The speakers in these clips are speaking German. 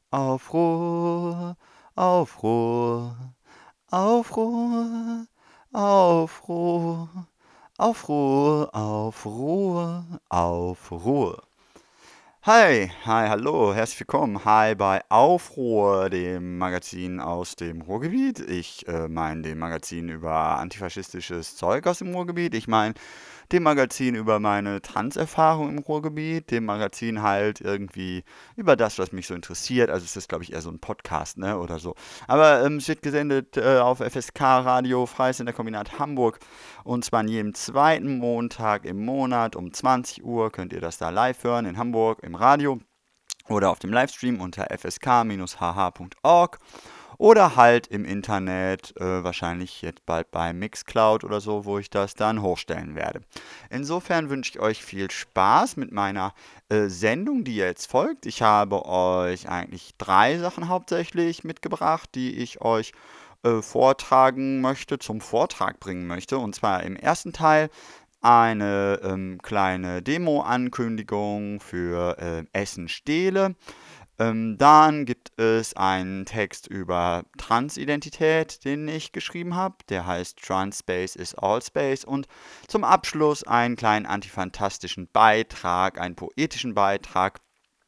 Aufruhr, Aufruhr, Aufruhr, Aufruhr, Aufruhr, Aufruhr, Aufruhr. Hi, hi, hallo, herzlich willkommen. Hi bei Aufruhr, dem Magazin aus dem Ruhrgebiet. Ich meine dem Magazin über antifaschistisches Zeug aus dem Ruhrgebiet. Ich meine dem Magazin über meine Trans-Erfahrung im Ruhrgebiet. Dem Magazin halt irgendwie über das, was mich so interessiert. Also es ist, glaube ich, eher so ein Podcast, ne, oder so. Aber es wird gesendet auf FSK Radio Freies in der Kombinat Hamburg. Und zwar an jedem zweiten Montag im Monat um 20 Uhr könnt ihr das da live hören in Hamburg im Radio oder auf dem Livestream unter fsk-hh.org oder halt im Internet, wahrscheinlich jetzt bald bei Mixcloud oder so, wo ich das dann hochstellen werde. Insofern wünsche ich euch viel Spaß mit meiner Sendung, die jetzt folgt. Ich habe euch eigentlich drei Sachen hauptsächlich mitgebracht, die ich euch vortragen möchte, zum Vortrag bringen möchte. Und zwar im ersten Teil eine kleine Demo-Ankündigung für Essen-Stehle. Dann gibt es einen Text über Transidentität, den ich geschrieben habe. Der heißt Transspace is All Space. Und zum Abschluss einen kleinen antifantastischen Beitrag, einen poetischen Beitrag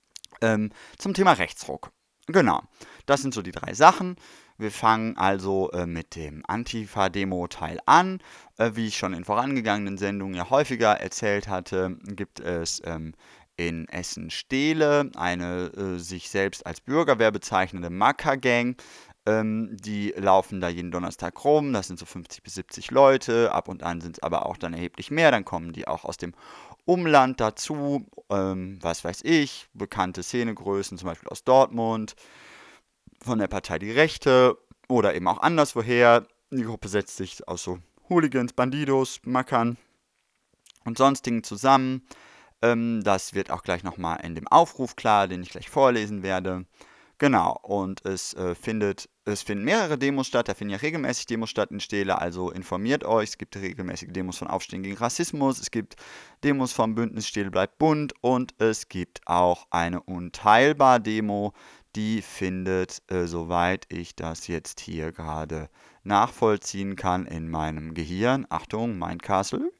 zum Thema Rechtsruck. Genau, das sind so die drei Sachen. Wir fangen also mit dem Antifa-Demo-Teil an. Wie ich schon in vorangegangenen Sendungen ja häufiger erzählt hatte, gibt es in Essen-Stehle eine sich selbst als Bürgerwehr bezeichnende Macker-Gang. Die laufen da jeden Donnerstag rum. Das sind so 50 bis 70 Leute. Ab und an sind es aber auch dann erheblich mehr. Dann kommen die auch aus dem Umland dazu, was weiß ich, bekannte Szenegrößen, zum Beispiel aus Dortmund, von der Partei Die Rechte oder eben auch anderswoher. Die Gruppe setzt sich aus so Hooligans, Bandidos, Mackern und sonstigen zusammen. Das wird auch gleich nochmal in dem Aufruf klar, den ich gleich vorlesen werde. Genau, und es finden mehrere Demos statt, da finden ja regelmäßig Demos statt in Stele, also informiert euch, es gibt regelmäßige Demos von Aufstehen gegen Rassismus, es gibt Demos vom Bündnis Stele bleibt bunt und es gibt auch eine Unteilbar-Demo, die findet, soweit ich das jetzt hier gerade nachvollziehen kann in meinem Gehirn, Achtung, mein Castle,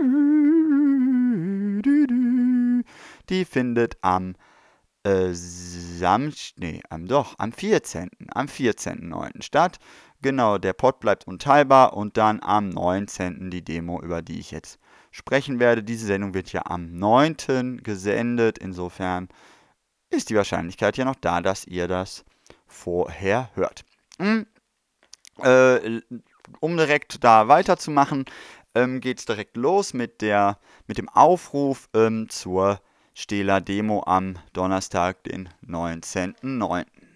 die findet am 14.09. statt. Genau, der Pod bleibt unteilbar und dann am 19. die Demo, über die ich jetzt sprechen werde. Diese Sendung wird ja am 9. gesendet. Insofern ist die Wahrscheinlichkeit ja noch da, dass ihr das vorher hört. Hm, äh, um direkt da weiterzumachen, geht es direkt los mit dem Aufruf zur Stehler Demo am Donnerstag, den 19.09.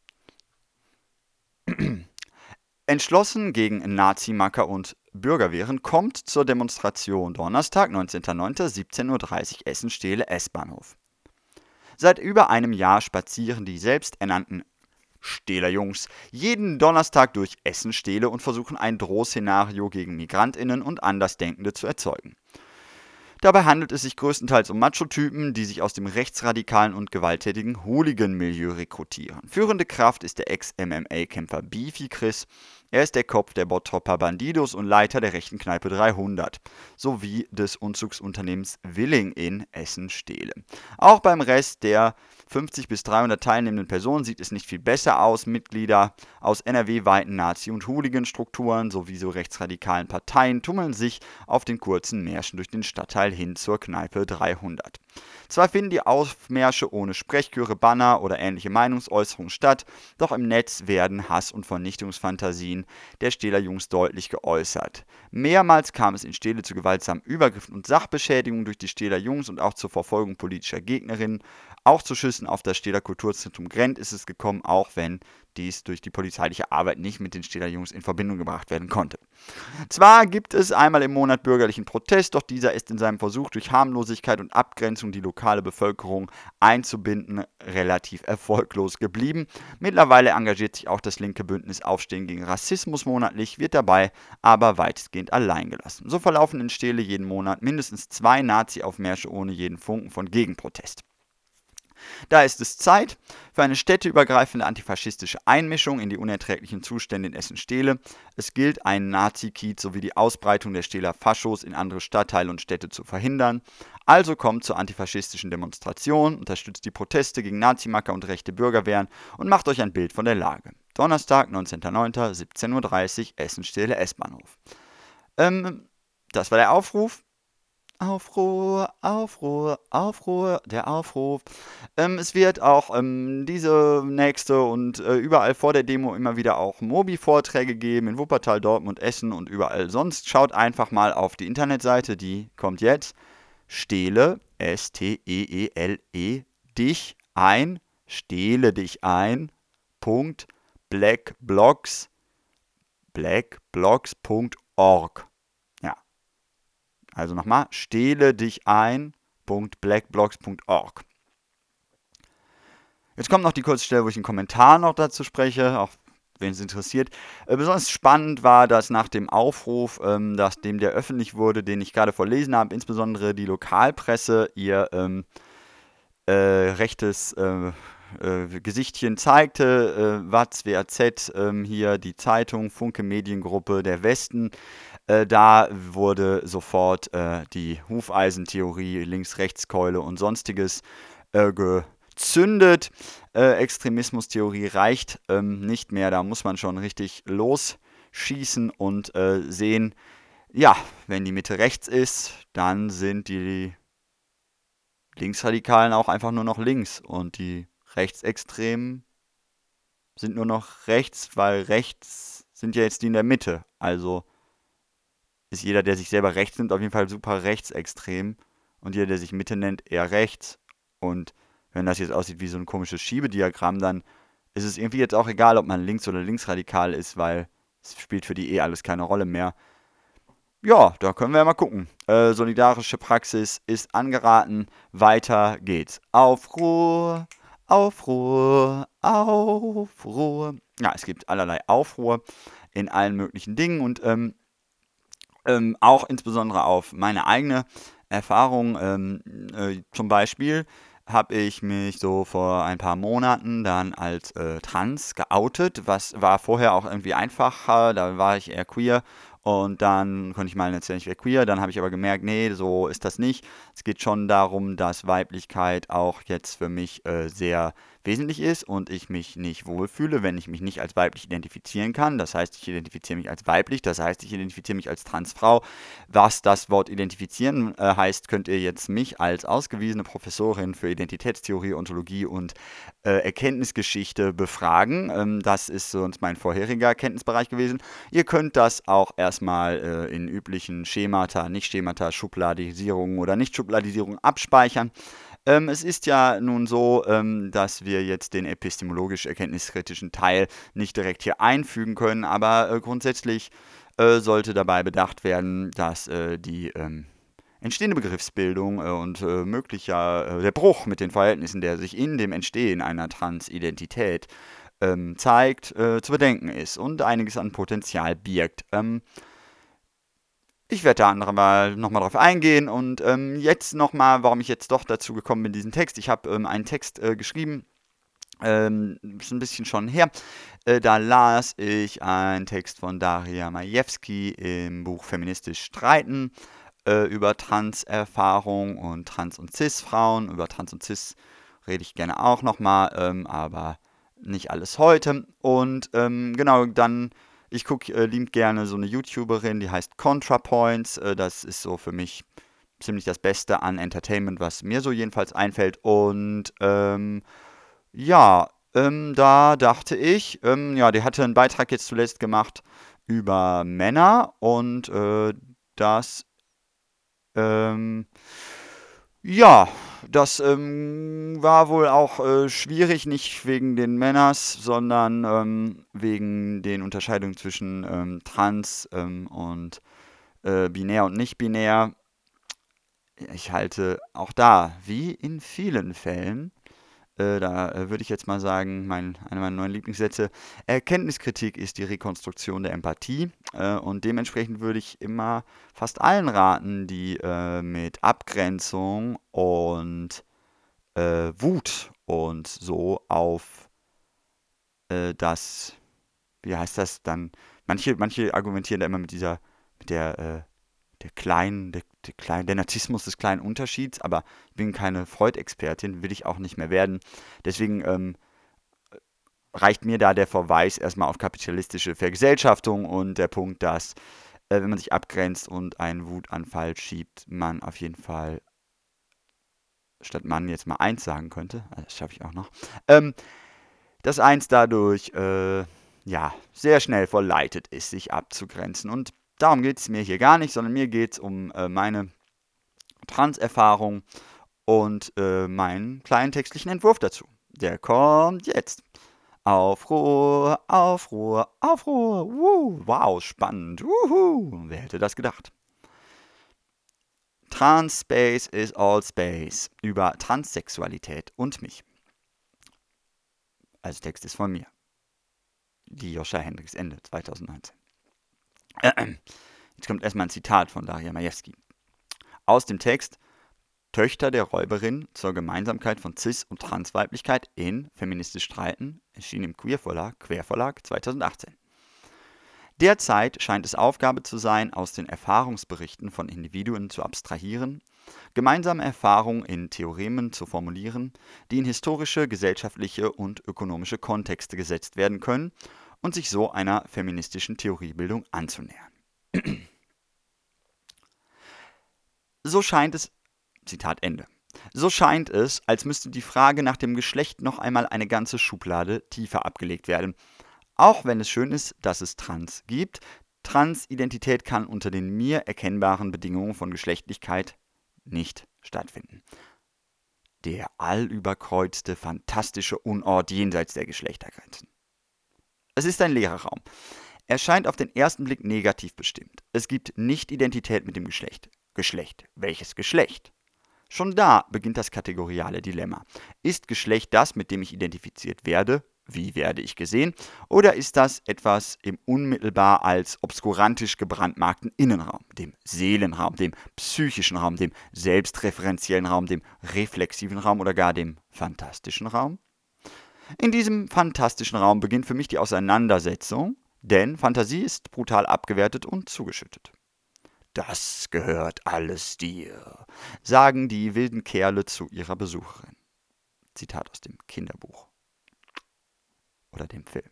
Entschlossen gegen Nazi-Macker und Bürgerwehren kommt zur Demonstration Donnerstag, 19.09., 17:30 Uhr Essen-Stehle S-Bahnhof. Seit über einem Jahr spazieren die selbsternannten Stehler-Jungs jeden Donnerstag durch Essen-Stehle und versuchen ein Drohszenario gegen MigrantInnen und Andersdenkende zu erzeugen. Dabei handelt es sich größtenteils um Macho-Typen, die sich aus dem rechtsradikalen und gewalttätigen Hooligan-Milieu rekrutieren. Führende Kraft ist der Ex-MMA-Kämpfer Beefy Chris. Er ist der Kopf der Bottropper Bandidos und Leiter der rechten Kneipe 300 sowie des Umzugsunternehmens Willing in Essen-Stehle. Auch beim Rest der 50 bis 300 teilnehmenden Personen sieht es nicht viel besser aus. Mitglieder aus NRW-weiten Nazi- und Hooligan-Strukturen sowie so rechtsradikalen Parteien tummeln sich auf den kurzen Märschen durch den Stadtteil hin zur Kneipe 300. Zwar finden die Aufmärsche ohne Sprechchöre, Banner oder ähnliche Meinungsäußerungen statt, doch im Netz werden Hass- und Vernichtungsfantasien der Stehler Jungs deutlich geäußert. Mehrmals kam es in Stele zu gewaltsamen Übergriffen und Sachbeschädigungen durch die Stehler Jungs und auch zur Verfolgung politischer Gegnerinnen. Auch zu Schüssen auf das Stehler Kulturzentrum Grenz ist es gekommen, auch wenn dies durch die polizeiliche Arbeit nicht mit den Stehler Jungs in Verbindung gebracht werden konnte. Zwar gibt es einmal im Monat bürgerlichen Protest, doch dieser ist in seinem Versuch, durch Harmlosigkeit und Abgrenzung die lokale Bevölkerung einzubinden, relativ erfolglos geblieben. Mittlerweile engagiert sich auch das linke Bündnis Aufstehen gegen Rassismus monatlich, wird dabei aber weitestgehend allein gelassen. So verlaufen in Stele jeden Monat mindestens 2 Nazi-Aufmärsche ohne jeden Funken von Gegenprotest. Da ist es Zeit für eine städteübergreifende antifaschistische Einmischung in die unerträglichen Zustände in Essen-Stehle. Es gilt, einen Nazi-Kiez sowie die Ausbreitung der Stehler Faschos in andere Stadtteile und Städte zu verhindern. Also kommt zur antifaschistischen Demonstration, unterstützt die Proteste gegen Nazimacker und rechte Bürgerwehren und macht euch ein Bild von der Lage. Donnerstag, 19.09., 17:30 Uhr, Essen-Stehle S-Bahnhof. Das war der Aufruf. Aufruhr, Aufruhr, Aufruhr, der Aufruf. Es wird auch diese nächste und überall vor der Demo immer wieder auch Mobi-Vorträge geben, in Wuppertal, Dortmund, Essen und überall sonst. Schaut einfach mal auf die Internetseite, die kommt jetzt. Stehle, Steele, dich ein, stehle dich ein, Punkt, blackblocks.org. Ja, also nochmal, stehle dich ein.blackblocks.org. Jetzt kommt noch die kurze Stelle, wo ich einen Kommentar noch dazu spreche, auch wen es interessiert. Besonders spannend war, dass nach dem Aufruf, nachdem der öffentlich wurde, den ich gerade vorlesen habe, insbesondere die Lokalpresse ihr rechtes Gesichtchen zeigte, Watz, WAZ, hier die Zeitung, Funke Mediengruppe, der Westen. Da wurde sofort die Hufeisentheorie, Links-Rechts-Keule und sonstiges gezündet. Extremismustheorie reicht nicht mehr, da muss man schon richtig losschießen und sehen, ja, wenn die Mitte rechts ist, dann sind die Linksradikalen auch einfach nur noch links und die Rechtsextremen sind nur noch rechts, weil rechts sind ja jetzt die in der Mitte. Also ist jeder, der sich selber rechts nimmt, auf jeden Fall super rechtsextrem und jeder, der sich Mitte nennt, eher rechts. Und wenn das jetzt aussieht wie so ein komisches Schiebediagramm, dann ist es irgendwie jetzt auch egal, ob man links oder linksradikal ist, weil es spielt für die alles keine Rolle mehr. Ja, da können wir ja mal gucken. Solidarische Praxis ist angeraten. Weiter geht's. Aufruhr, Aufruhr, Aufruhr. Ja, es gibt allerlei Aufruhr in allen möglichen Dingen und auch insbesondere auf meine eigene Erfahrung. Zum Beispiel habe ich mich so vor ein paar Monaten dann als trans geoutet, was war vorher auch irgendwie einfacher, da war ich eher queer und dann konnte ich mal erzählen, ich wäre queer, dann habe ich aber gemerkt, nee, so ist das nicht. Es geht schon darum, dass Weiblichkeit auch jetzt für mich sehr wesentlich ist und ich mich nicht wohlfühle, wenn ich mich nicht als weiblich identifizieren kann. Das heißt, ich identifiziere mich als weiblich, das heißt, ich identifiziere mich als Transfrau. Was das Wort identifizieren heißt, könnt ihr jetzt mich als ausgewiesene Professorin für Identitätstheorie, Ontologie und Erkenntnisgeschichte befragen. Das ist sonst mein vorheriger Erkenntnisbereich gewesen. Ihr könnt das auch erstmal in üblichen Schemata, Nicht-Schemata, Schubladisierung oder Nicht-Schubladisierung abspeichern. Es ist ja nun so, dass wir jetzt den epistemologisch-erkenntniskritischen Teil nicht direkt hier einfügen können, aber grundsätzlich sollte dabei bedacht werden, dass die entstehende Begriffsbildung und der Bruch mit den Verhältnissen, der sich in dem Entstehen einer Transidentität zeigt, zu bedenken ist und einiges an Potenzial birgt. Ich werde da nochmal drauf eingehen und jetzt nochmal, warum ich jetzt doch dazu gekommen bin, diesen Text. Ich habe einen Text geschrieben, ist ein bisschen schon her. Da las ich einen Text von Daria Majewski im Buch Feministisch streiten über Trans-Erfahrung und Trans- und Cis-Frauen. Über Trans und Cis rede ich gerne auch nochmal, aber nicht alles heute. Und genau, dann ich gucke liebend gerne so eine YouTuberin, die heißt ContraPoints. Das ist so für mich ziemlich das Beste an Entertainment, was mir so jedenfalls einfällt. Und ja, da dachte ich, ja, die hatte einen Beitrag jetzt zuletzt gemacht über Männer und das, ähm, ja, das war wohl auch schwierig, nicht wegen den Männers, sondern wegen den Unterscheidungen zwischen trans und binär und nicht binär. Ich halte auch da, wie in vielen Fällen, da würde ich jetzt mal sagen, einer meiner neuen Lieblingssätze, Erkenntniskritik ist die Rekonstruktion der Empathie. Und dementsprechend würde ich immer fast allen raten, die mit Abgrenzung und Wut und so auf das, wie heißt das dann? Manche argumentieren da immer mit der Narzissmus des kleinen Unterschieds, aber ich bin keine Freud-Expertin, will ich auch nicht mehr werden. Deswegen reicht mir da der Verweis erstmal auf kapitalistische Vergesellschaftung und der Punkt, dass wenn man sich abgrenzt und einen Wutanfall schiebt, man auf jeden Fall statt Mann jetzt mal eins sagen könnte, das schaffe ich auch noch, dass eins dadurch ja, sehr schnell verleitet ist, sich abzugrenzen. Und darum geht es mir hier gar nicht, sondern mir geht es um meine Trans-Erfahrung und meinen kleinen textlichen Entwurf dazu. Der kommt jetzt. Aufruhr, Aufruhr, Aufruhr. Wow, spannend. Wer hätte das gedacht? Trans-Space is all space. Über Transsexualität und mich. Also Text ist von mir. Die Joscha Hendricks, Ende 2019. Jetzt kommt erstmal ein Zitat von Daria Majewski. Aus dem Text Töchter der Räuberin zur Gemeinsamkeit von Cis- und Transweiblichkeit in Feministisch streiten, erschien im Querverlag 2018. Derzeit scheint es Aufgabe zu sein, aus den Erfahrungsberichten von Individuen zu abstrahieren, gemeinsame Erfahrungen in Theoremen zu formulieren, die in historische, gesellschaftliche und ökonomische Kontexte gesetzt werden können und sich so einer feministischen Theoriebildung anzunähern. So scheint es, Zitat Ende. So scheint es, als müsste die Frage nach dem Geschlecht noch einmal eine ganze Schublade tiefer abgelegt werden. Auch wenn es schön ist, dass es Trans gibt, Transidentität kann unter den mir erkennbaren Bedingungen von Geschlechtlichkeit nicht stattfinden. Der allüberkreuzte, fantastische Unort jenseits der Geschlechtergrenzen. Es ist ein leerer Raum. Er scheint auf den ersten Blick negativ bestimmt. Es gibt Nicht-Identität mit dem Geschlecht. Geschlecht. Welches Geschlecht? Schon da beginnt das kategoriale Dilemma. Ist Geschlecht das, mit dem ich identifiziert werde? Wie werde ich gesehen? Oder ist das etwas im unmittelbar als obskurantisch gebrandmarkten Innenraum, dem Seelenraum, dem psychischen Raum, dem selbstreferenziellen Raum, dem reflexiven Raum oder gar dem fantastischen Raum? In diesem fantastischen Raum beginnt für mich die Auseinandersetzung, denn Fantasie ist brutal abgewertet und zugeschüttet. Das gehört alles dir, sagen die wilden Kerle zu ihrer Besucherin. Zitat aus dem Kinderbuch oder dem Film.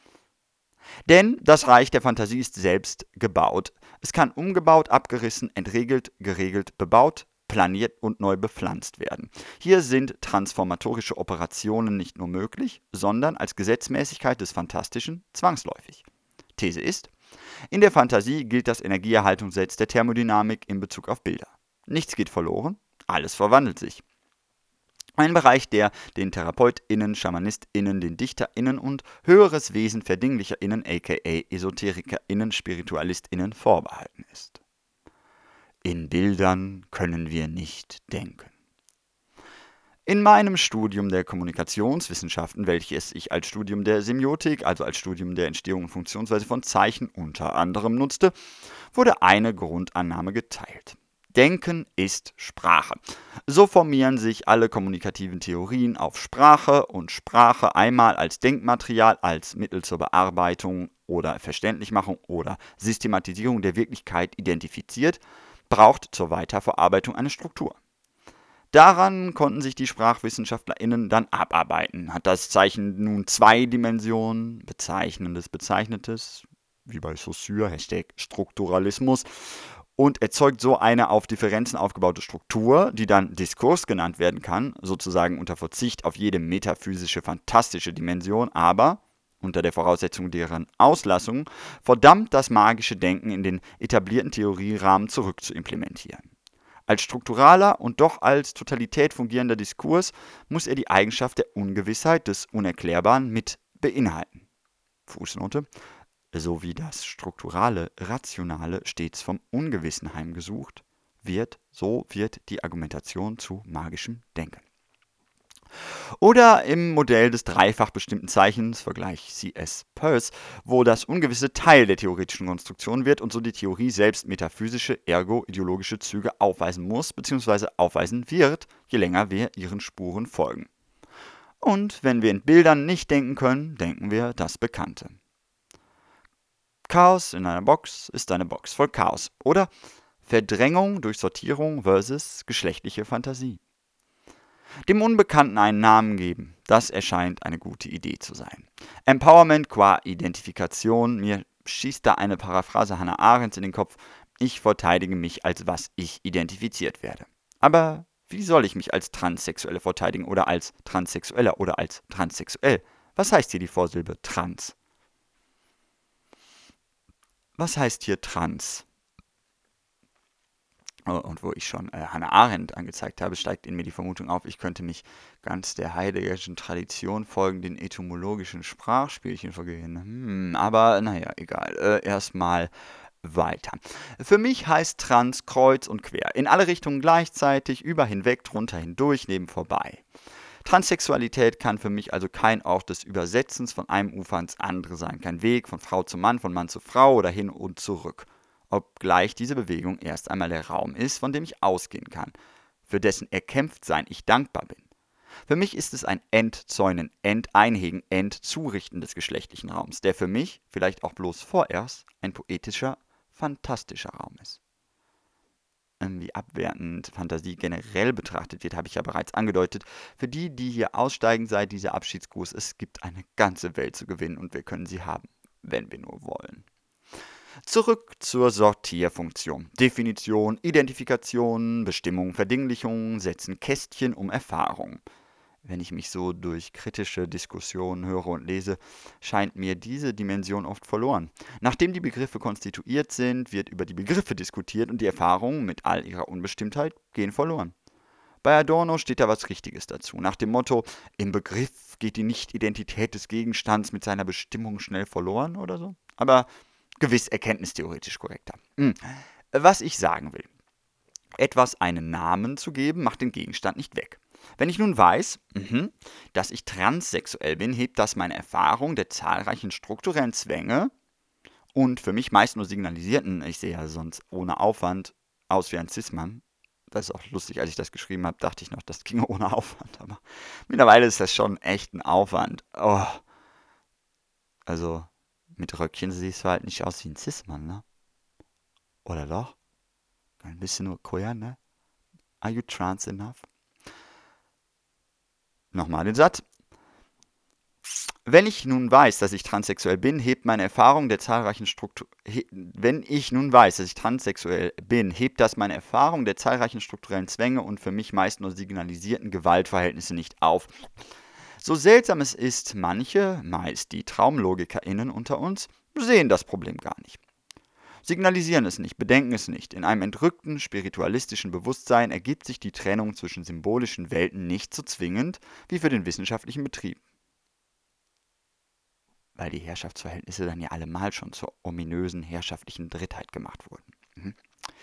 Denn das Reich der Fantasie ist selbst gebaut. Es kann umgebaut, abgerissen, entriegelt, geregelt, bebaut, planiert und neu bepflanzt werden. Hier sind transformatorische Operationen nicht nur möglich, sondern als Gesetzmäßigkeit des Fantastischen zwangsläufig. These ist, in der Fantasie gilt das Energieerhaltungsgesetz der Thermodynamik in Bezug auf Bilder. Nichts geht verloren, alles verwandelt sich. Ein Bereich, der den TherapeutInnen, SchamanistInnen, den DichterInnen und höheres Wesen VerdinglicherInnen, aka EsoterikerInnen, SpiritualistInnen vorbehalten ist. In Bildern können wir nicht denken. In meinem Studium der Kommunikationswissenschaften, welches ich als Studium der Semiotik, also als Studium der Entstehung und Funktionsweise von Zeichen unter anderem nutzte, wurde eine Grundannahme geteilt. Denken ist Sprache. So formieren sich alle kommunikativen Theorien auf Sprache und Sprache einmal als Denkmaterial, als Mittel zur Bearbeitung oder Verständlichmachung oder Systematisierung der Wirklichkeit identifiziert, braucht zur Weiterverarbeitung eine Struktur. Daran konnten sich die SprachwissenschaftlerInnen dann abarbeiten. Hat das Zeichen nun zwei Dimensionen, Bezeichnendes, Bezeichnetes, wie bei Saussure, #Strukturalismus, und erzeugt so eine auf Differenzen aufgebaute Struktur, die dann Diskurs genannt werden kann, sozusagen unter Verzicht auf jede metaphysische, fantastische Dimension, aber unter der Voraussetzung deren Auslassung verdammt das magische Denken in den etablierten Theorierahmen zurückzuimplementieren. Als strukturaler und doch als Totalität fungierender Diskurs muss er die Eigenschaft der Ungewissheit, des Unerklärbaren mit beinhalten. Fußnote. So wie das strukturale, rationale stets vom Ungewissen heimgesucht wird, so wird die Argumentation zu magischem Denken. Oder im Modell des dreifach bestimmten Zeichens, Vergleich C.S. Peirce, wo das Ungewisse Teil der theoretischen Konstruktion wird und so die Theorie selbst metaphysische, ergo ideologische Züge aufweisen muss bzw. aufweisen wird, je länger wir ihren Spuren folgen. Und wenn wir in Bildern nicht denken können, denken wir das Bekannte. Chaos in einer Box ist eine Box voll Chaos. Oder Verdrängung durch Sortierung versus geschlechtliche Fantasie. Dem Unbekannten einen Namen geben, das erscheint eine gute Idee zu sein. Empowerment qua Identifikation, mir schießt da eine Paraphrase Hannah Arendts in den Kopf, ich verteidige mich, als was ich identifiziert werde. Aber wie soll ich mich als Transsexuelle verteidigen oder als Transsexueller oder als transsexuell? Was heißt hier die Vorsilbe trans? Was heißt hier trans? Und wo ich schon Hannah Arendt angezeigt habe, steigt in mir die Vermutung auf, ich könnte mich ganz der heideggerischen Tradition folgen, den etymologischen Sprachspielchen vergehen. Aber naja, egal. Erstmal weiter. Für mich heißt trans kreuz und quer. In alle Richtungen gleichzeitig, über, hinweg, drunter, hindurch, neben, vorbei. Transsexualität kann für mich also kein Ort des Übersetzens von einem Ufer ins andere sein. Kein Weg von Frau zu Mann, von Mann zu Frau oder hin und zurück. Obgleich diese Bewegung erst einmal der Raum ist, von dem ich ausgehen kann, für dessen Erkämpftsein ich dankbar bin. Für mich ist es ein Entzäunen, Enteinhegen, Entzurichten des geschlechtlichen Raums, der für mich, vielleicht auch bloß vorerst, ein poetischer, fantastischer Raum ist. Wie abwertend Fantasie generell betrachtet wird, habe ich ja bereits angedeutet. Für die, die hier aussteigen, sei dieser Abschiedsgruß, es gibt eine ganze Welt zu gewinnen und wir können sie haben, wenn wir nur wollen. Zurück zur Sortierfunktion. Definition, Identifikation, Bestimmung, Verdinglichung setzen Kästchen um Erfahrung. Wenn ich mich so durch kritische Diskussionen höre und lese, scheint mir diese Dimension oft verloren. Nachdem die Begriffe konstituiert sind, wird über die Begriffe diskutiert und die Erfahrungen mit all ihrer Unbestimmtheit gehen verloren. Bei Adorno steht da was Richtiges dazu, nach dem Motto, im Begriff geht die Nicht-Identität des Gegenstands mit seiner Bestimmung schnell verloren oder so. Aber gewiss erkenntnistheoretisch korrekter. Was ich sagen will. Etwas einen Namen zu geben, macht den Gegenstand nicht weg. Wenn ich nun weiß, dass ich transsexuell bin, hebt das meine Erfahrung der zahlreichen strukturellen Zwänge und für mich meist nur signalisierten, ich sehe ja sonst ohne Aufwand aus wie ein Cis-Mann. Das ist auch lustig, als ich das geschrieben habe, dachte ich noch, das ginge ohne Aufwand, aber mittlerweile ist das schon echt ein Aufwand. Oh. Also, mit Röckchen siehst du halt nicht aus wie ein Cis-Mann, ne? Oder doch? Ein bisschen nur queer, ne? Are you trans enough? Nochmal den Satz. Wenn ich nun weiß, dass ich transsexuell bin, hebt meine Erfahrung der zahlreichen Wenn ich nun weiß, dass ich transsexuell bin, hebt das meine Erfahrung der zahlreichen strukturellen Zwänge und für mich meist nur signalisierten Gewaltverhältnisse nicht auf. So seltsam es ist, manche, meist die TraumlogikerInnen unter uns, sehen das Problem gar nicht. Signalisieren es nicht, bedenken es nicht. In einem entrückten, spiritualistischen Bewusstsein ergibt sich die Trennung zwischen symbolischen Welten nicht so zwingend wie für den wissenschaftlichen Betrieb. Weil die Herrschaftsverhältnisse dann ja allemal schon zur ominösen herrschaftlichen Drittheit gemacht wurden.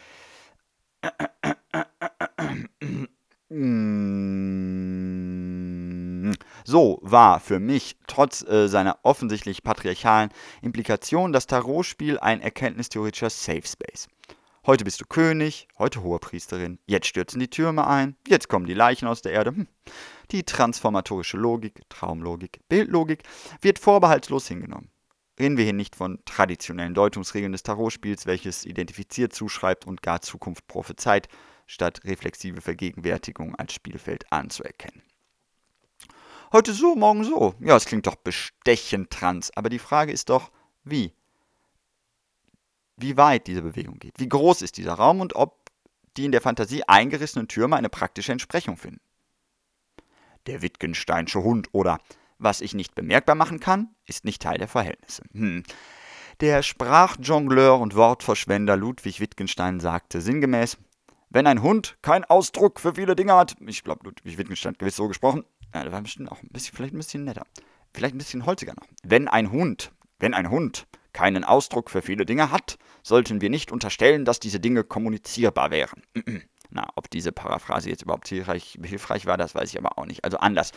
So war für mich, trotz seiner offensichtlich patriarchalen Implikation, das Tarotspiel ein erkenntnistheoretischer Safe Space. Heute bist du König, heute Hohepriesterin, jetzt stürzen die Türme ein, jetzt kommen die Leichen aus der Erde. Die transformatorische Logik, Traumlogik, Bildlogik wird vorbehaltslos hingenommen. Reden wir hier nicht von traditionellen Deutungsregeln des Tarotspiels, welches identifiziert, zuschreibt und gar Zukunft prophezeit, statt reflexive Vergegenwärtigung als Spielfeld anzuerkennen. Heute so, morgen so. Ja, es klingt doch bestechend trans, aber die Frage ist doch, wie? Wie weit diese Bewegung geht, wie groß ist dieser Raum und ob die in der Fantasie eingerissenen Türme eine praktische Entsprechung finden. Der Wittgensteinsche Hund oder was ich nicht bemerkbar machen kann, ist nicht Teil der Verhältnisse. Der Sprachjongleur und Wortverschwender Ludwig Wittgenstein sagte sinngemäß, wenn ein Hund keinen Ausdruck für viele Dinge hat, ich glaube, Ludwig Wittgenstein hat gewiss so gesprochen, der war bestimmt auch vielleicht ein bisschen netter, vielleicht ein bisschen holziger noch. Wenn ein Hund keinen Ausdruck für viele Dinge hat, sollten wir nicht unterstellen, dass diese Dinge kommunizierbar wären. Na, ob diese Paraphrase jetzt überhaupt hilfreich war, das weiß ich aber auch nicht. Also anders.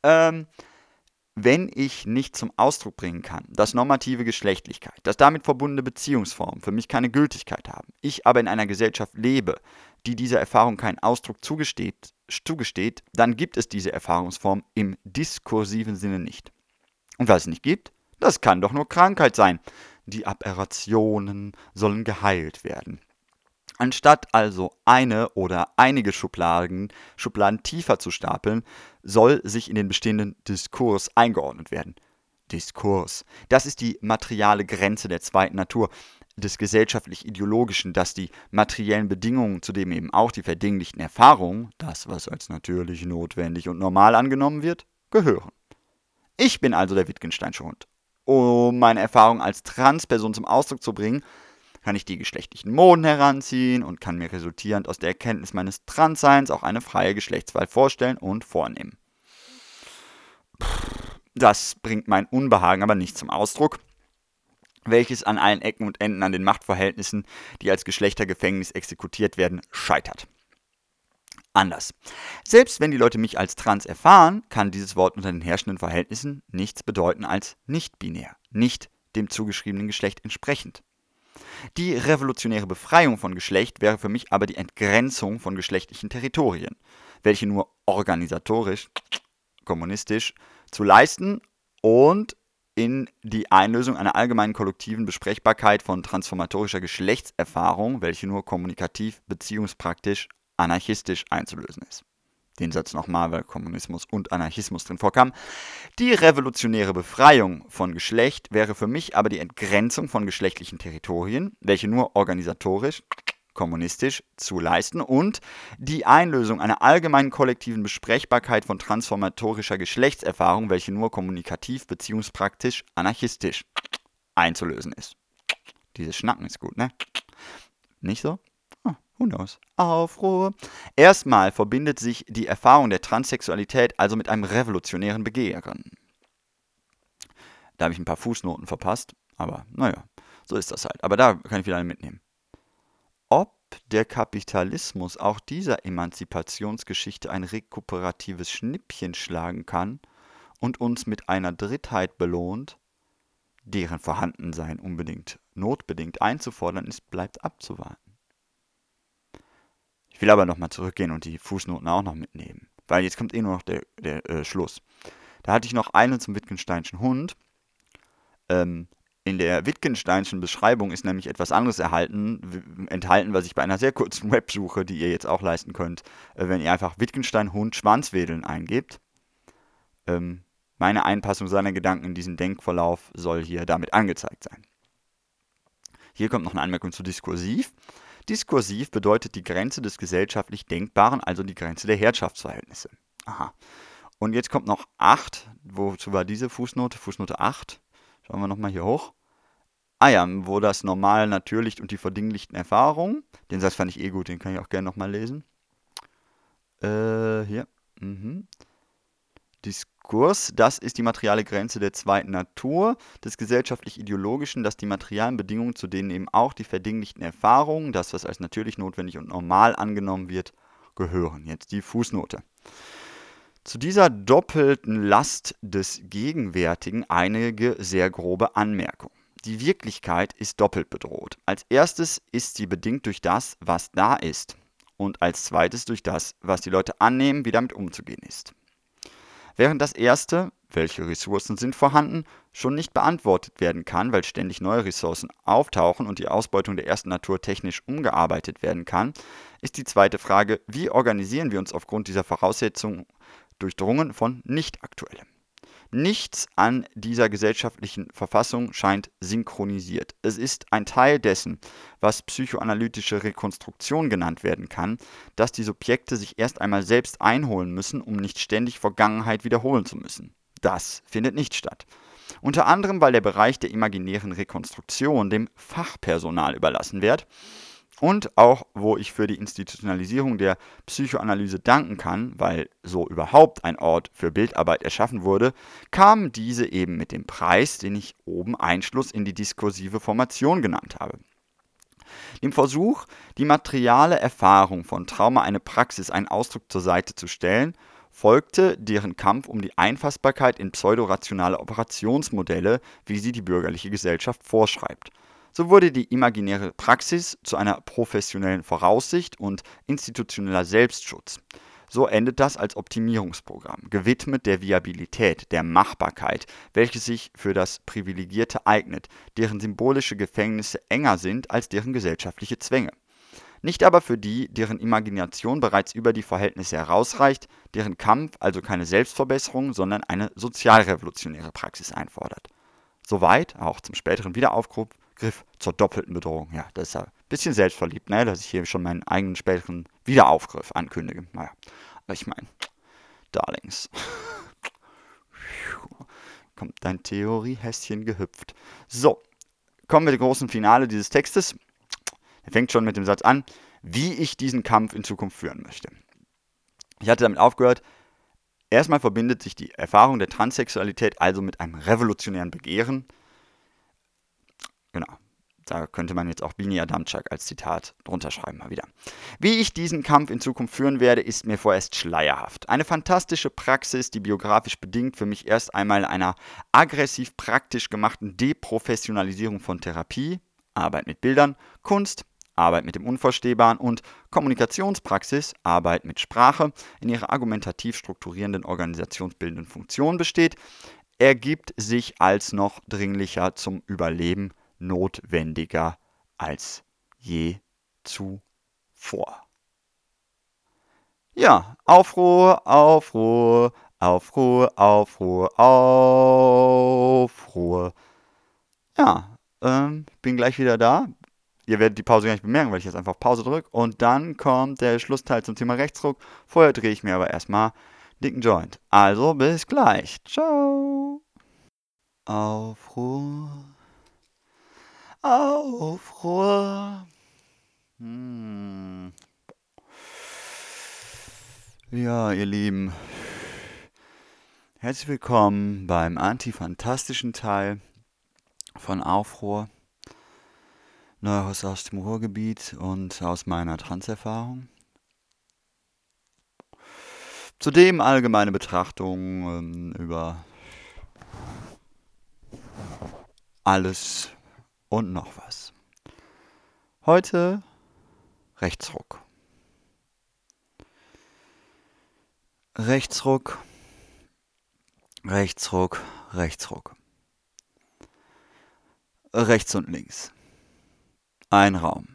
Wenn ich nicht zum Ausdruck bringen kann, dass normative Geschlechtlichkeit, dass damit verbundene Beziehungsformen für mich keine Gültigkeit haben, ich aber in einer Gesellschaft lebe, die dieser Erfahrung keinen Ausdruck zugesteht, zugesteht, dann gibt es diese Erfahrungsform im diskursiven Sinne nicht. Und was es nicht gibt, das kann doch nur Krankheit sein. Die Aberrationen sollen geheilt werden. Anstatt also eine oder einige Schubladen tiefer zu stapeln, soll sich in den bestehenden Diskurs eingeordnet werden. Diskurs, das ist die materiale Grenze der zweiten Natur, des gesellschaftlich-ideologischen, dass die materiellen Bedingungen, zudem eben auch die verdinglichten Erfahrungen, das, was als natürlich, notwendig und normal angenommen wird, gehören. Ich bin also der Wittgensteinsche Hund. Um meine Erfahrung als Transperson zum Ausdruck zu bringen, kann ich die geschlechtlichen Moden heranziehen und kann mir resultierend aus der Erkenntnis meines Transseins auch eine freie Geschlechtswahl vorstellen und vornehmen. Das bringt mein Unbehagen aber nicht zum Ausdruck, welches an allen Ecken und Enden an den Machtverhältnissen, die als Geschlechtergefängnis exekutiert werden, scheitert. Anders. Selbst wenn die Leute mich als trans erfahren, kann dieses Wort unter den herrschenden Verhältnissen nichts bedeuten als nicht-binär, nicht dem zugeschriebenen Geschlecht entsprechend. Die revolutionäre Befreiung von Geschlecht wäre für mich aber die Entgrenzung von geschlechtlichen Territorien, welche nur organisatorisch, kommunistisch zu leisten und in die Einlösung einer allgemeinen kollektiven Besprechbarkeit von transformatorischer Geschlechtserfahrung, welche nur kommunikativ, beziehungspraktisch, anarchistisch einzulösen ist. Den Satz nochmal, weil Kommunismus und Anarchismus drin vorkamen. Die revolutionäre Befreiung von Geschlecht wäre für mich aber die Entgrenzung von geschlechtlichen Territorien, welche nur organisatorisch, kommunistisch zu leisten und die Einlösung einer allgemeinen kollektiven Besprechbarkeit von transformatorischer Geschlechtserfahrung, welche nur kommunikativ, beziehungspraktisch, anarchistisch einzulösen ist. Dieses Schnacken ist gut, ne? Nicht so? Who knows? Aufruhr. Erstmal verbindet sich die Erfahrung der Transsexualität also mit einem revolutionären Begehren. Da habe ich ein paar Fußnoten verpasst, aber naja, so ist das halt. Aber da kann ich wieder eine mitnehmen. Ob der Kapitalismus auch dieser Emanzipationsgeschichte ein rekuperatives Schnippchen schlagen kann und uns mit einer Drittheit belohnt, deren Vorhandensein unbedingt notbedingt einzufordern ist, bleibt abzuwarten. Ich will aber nochmal zurückgehen und die Fußnoten auch noch mitnehmen, weil jetzt kommt nur noch der Schluss. Da hatte ich noch eine zum Wittgensteinschen Hund. In der Wittgensteinschen Beschreibung ist nämlich etwas anderes enthalten, was ich bei einer sehr kurzen Websuche, die ihr jetzt auch leisten könnt, wenn ihr einfach Wittgenstein Hund Schwanzwedeln eingebt. Meine Einpassung seiner Gedanken in diesen Denkverlauf soll hier damit angezeigt sein. Hier kommt noch eine Anmerkung zu diskursiv. Diskursiv bedeutet die Grenze des gesellschaftlich Denkbaren, also die Grenze der Herrschaftsverhältnisse. Aha. Und jetzt kommt noch 8. Wozu war diese Fußnote? Fußnote 8. Schauen wir nochmal hier hoch. Ah ja, wo das Normal, natürlich und die verdinglichten Erfahrungen. Den Satz fand ich eh gut, den kann ich auch gerne nochmal lesen. Hier. Diskurs, das ist die materiale Grenze der zweiten Natur, des gesellschaftlich-ideologischen, dass die materialen Bedingungen, zu denen eben auch die verdinglichten Erfahrungen, das, was als natürlich, notwendig und normal angenommen wird, gehören. Jetzt die Fußnote. Zu dieser doppelten Last des Gegenwärtigen einige sehr grobe Anmerkungen. Die Wirklichkeit ist doppelt bedroht. Als erstes ist sie bedingt durch das, was da ist. Und als zweites durch das, was die Leute annehmen, wie damit umzugehen ist. Während das erste, welche Ressourcen sind vorhanden, schon nicht beantwortet werden kann, weil ständig neue Ressourcen auftauchen und die Ausbeutung der ersten Natur technisch umgearbeitet werden kann, ist die zweite Frage, wie organisieren wir uns aufgrund dieser Voraussetzungen durchdrungen von Nicht-Aktuellem. Nichts an dieser gesellschaftlichen Verfassung scheint synchronisiert. Es ist ein Teil dessen, was psychoanalytische Rekonstruktion genannt werden kann, dass die Subjekte sich erst einmal selbst einholen müssen, um nicht ständig Vergangenheit wiederholen zu müssen. Das findet nicht statt. Unter anderem, weil der Bereich der imaginären Rekonstruktion dem Fachpersonal überlassen wird. Und auch, wo ich für die Institutionalisierung der Psychoanalyse danken kann, weil so überhaupt ein Ort für Bildarbeit erschaffen wurde, kam diese eben mit dem Preis, den ich oben Einschluss in die diskursive Formation genannt habe. Dem Versuch, die materiale Erfahrung von Trauma, eine Praxis, einen Ausdruck zur Seite zu stellen, folgte deren Kampf um die Einfassbarkeit in pseudorationale Operationsmodelle, wie sie die bürgerliche Gesellschaft vorschreibt. So wurde die imaginäre Praxis zu einer professionellen Voraussicht und institutioneller Selbstschutz. So endet das als Optimierungsprogramm, gewidmet der Viabilität, der Machbarkeit, welche sich für das Privilegierte eignet, deren symbolische Gefängnisse enger sind als deren gesellschaftliche Zwänge. Nicht aber für die, deren Imagination bereits über die Verhältnisse herausreicht, deren Kampf also keine Selbstverbesserung, sondern eine sozialrevolutionäre Praxis einfordert. Soweit, auch zum späteren Wiederaufgriff zur doppelten Bedrohung. Ja, das ist ja ein bisschen selbstverliebt, ne, dass ich hier schon meinen eigenen späteren Wiederaufgriff ankündige. Naja, aber ich meine, Darlings, kommt dein Theoriehäschen gehüpft. So, kommen wir zum großen Finale dieses Textes. Er fängt schon mit dem Satz an, wie ich diesen Kampf in Zukunft führen möchte. Ich hatte damit aufgehört, erstmal verbindet sich die Erfahrung der Transsexualität also mit einem revolutionären Begehren. Genau, da könnte man jetzt auch Bini Adamczak als Zitat drunter schreiben, mal wieder. Wie ich diesen Kampf in Zukunft führen werde, ist mir vorerst schleierhaft. Eine fantastische Praxis, die biografisch bedingt für mich erst einmal einer aggressiv praktisch gemachten Deprofessionalisierung von Therapie, Arbeit mit Bildern, Kunst, Arbeit mit dem Unvorstehbaren und Kommunikationspraxis, Arbeit mit Sprache, in ihrer argumentativ strukturierenden organisationsbildenden Funktion besteht, ergibt sich als noch dringlicher zum Überleben notwendiger als je zuvor. Ja, Aufruhr, Aufruhr, Aufruhr, Aufruhr, Aufruhr. Ja, bin gleich wieder da. Ihr werdet die Pause gar nicht bemerken, weil ich jetzt einfach auf Pause drücke. Und dann kommt der Schlussteil zum Thema Rechtsruck. Vorher drehe ich mir aber erstmal dicken Joint. Also bis gleich. Ciao. Aufruhr. Aufruhr. Ja, ihr Lieben. Herzlich willkommen beim antifantastischen Teil von Aufruhr. Neues aus dem Ruhrgebiet und aus meiner Transerfahrung. Zudem allgemeine Betrachtungen über alles und noch was. Heute Rechtsruck. Rechtsruck, Rechtsruck, Rechtsruck. Rechts und links. Ein Raum.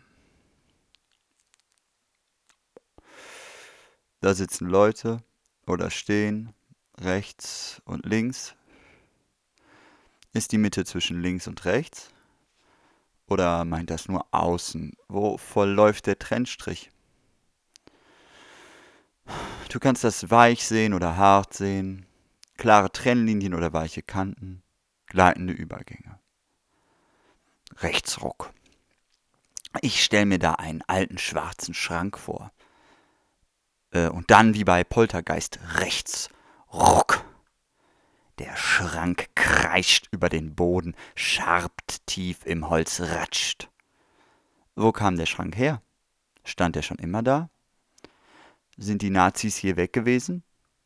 Da sitzen Leute oder stehen rechts und links. Ist die Mitte zwischen links und rechts? Oder meint das nur außen? Wo verläuft der Trennstrich? Du kannst das weich sehen oder hart sehen, klare Trennlinien oder weiche Kanten, gleitende Übergänge. Rechtsruck. Ich stelle mir da einen alten schwarzen Schrank vor. Und dann wie bei Poltergeist Rechtsruck. Der Schrank kreischt über den Boden, scharbt tief im Holz, ratscht. Wo kam der Schrank her? Stand er schon immer da? Sind die Nazis hier weg gewesen?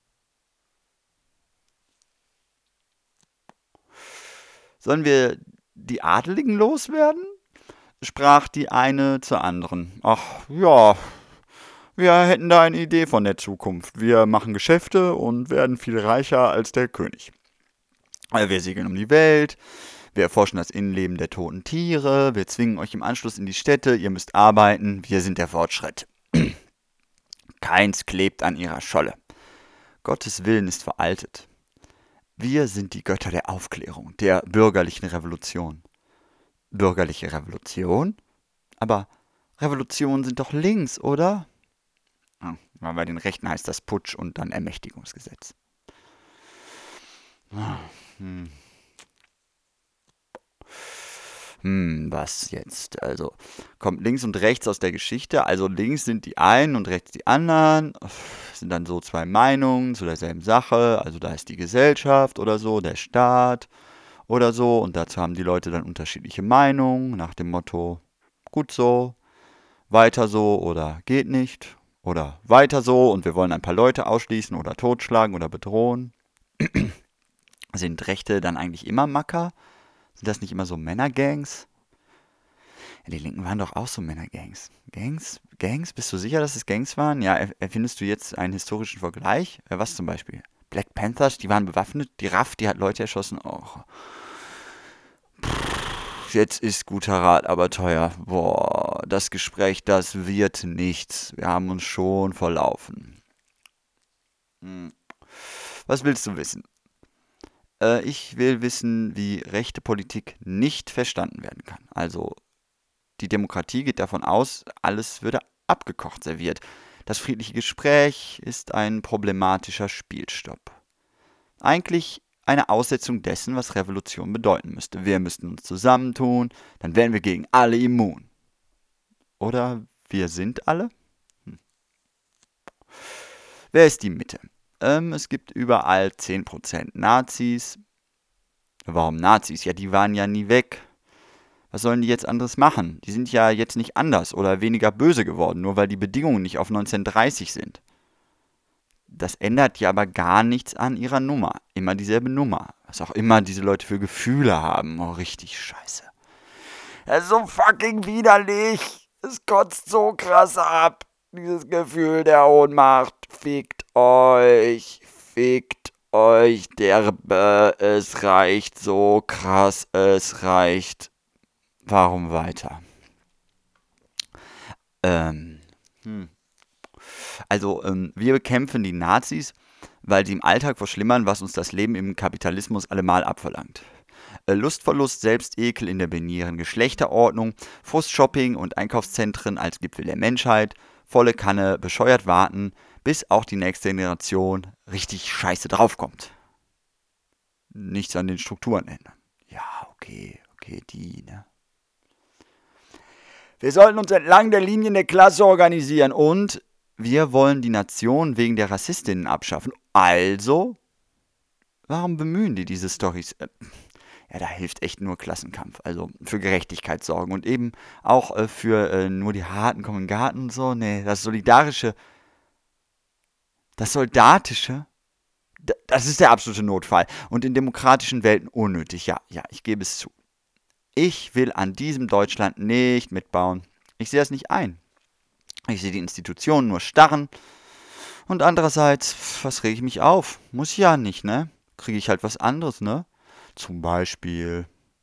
Sollen wir die Adeligen loswerden? Sprach die eine zur anderen. Ach ja, wir hätten da eine Idee von der Zukunft. Wir machen Geschäfte und werden viel reicher als der König. Wir segeln um die Welt, wir erforschen das Innenleben der toten Tiere, wir zwingen euch im Anschluss in die Städte, ihr müsst arbeiten, wir sind der Fortschritt. Keins klebt an ihrer Scholle. Gottes Willen ist veraltet. Wir sind die Götter der Aufklärung, der bürgerlichen Revolution. Bürgerliche Revolution? Aber Revolutionen sind doch links, oder? Bei den Rechten heißt das Putsch und dann Ermächtigungsgesetz. Was jetzt? Also, kommt links und rechts aus der Geschichte. Also links sind die einen und rechts die anderen. Sind dann so zwei Meinungen zu derselben Sache. Also da ist die Gesellschaft oder so, der Staat oder so. Und dazu haben die Leute dann unterschiedliche Meinungen nach dem Motto, gut so, weiter so oder geht nicht. Oder weiter so und wir wollen ein paar Leute ausschließen oder totschlagen oder bedrohen. Sind Rechte dann eigentlich immer Macker? Sind das nicht immer so Männergangs? Ja, die Linken waren doch auch so Männergangs. Gangs? Bist du sicher, dass es Gangs waren? Ja, erfindest du jetzt einen historischen Vergleich? Was zum Beispiel? Black Panthers, die waren bewaffnet. Die RAF, die hat Leute erschossen. Oh, jetzt ist guter Rat aber teuer. Boah, das Gespräch, das wird nichts. Wir haben uns schon verlaufen. Hm. Was willst du wissen? Ich will wissen, wie rechte Politik nicht verstanden werden kann. Also, die Demokratie geht davon aus, alles würde abgekocht serviert. Das friedliche Gespräch ist ein problematischer Spielstopp. Eigentlich eine Aussetzung dessen, was Revolution bedeuten müsste. Wir müssten uns zusammentun, dann wären wir gegen alle immun. Oder wir sind alle? Hm. Wer ist die Mitte? Es gibt überall 10% Nazis. Warum Nazis? Ja, die waren ja nie weg. Was sollen die jetzt anderes machen? Die sind ja jetzt nicht anders oder weniger böse geworden, nur weil die Bedingungen nicht auf 1930 sind. Das ändert ja aber gar nichts an ihrer Nummer. Immer dieselbe Nummer. Was auch immer diese Leute für Gefühle haben. Oh, richtig scheiße. Das ist so fucking widerlich. Es kotzt so krass ab. Dieses Gefühl der Ohnmacht. Fickt euch. Fickt euch. Derbe. Es reicht so krass. Es reicht. Warum weiter? Ähm. Hm. Also, wir bekämpfen die Nazis, weil sie im Alltag verschlimmern, was uns das Leben im Kapitalismus allemal abverlangt. Lustverlust, Selbstekel in der binären Geschlechterordnung, Frustshopping und Einkaufszentren als Gipfel der Menschheit, volle Kanne, bescheuert warten, bis auch die nächste Generation richtig scheiße draufkommt. Nichts an den Strukturen ändern. Ja, okay, die, ne? Wir sollten uns entlang der Linien der Klasse organisieren und wir wollen die Nation wegen der Rassistinnen abschaffen. Also, warum bemühen die diese Storys? Ja, da hilft echt nur Klassenkampf. Also für Gerechtigkeit sorgen und eben auch für nur die Harten kommen in den Garten und so. Nee, das Solidarische, das Soldatische, das ist der absolute Notfall. Und in demokratischen Welten unnötig. Ja, ich gebe es zu. Ich will an diesem Deutschland nicht mitbauen. Ich sehe das nicht ein. Ich sehe die Institutionen nur starren. Und andererseits, was rege ich mich auf? Muss ja nicht, ne? Kriege ich halt was anderes, ne? Zum Beispiel,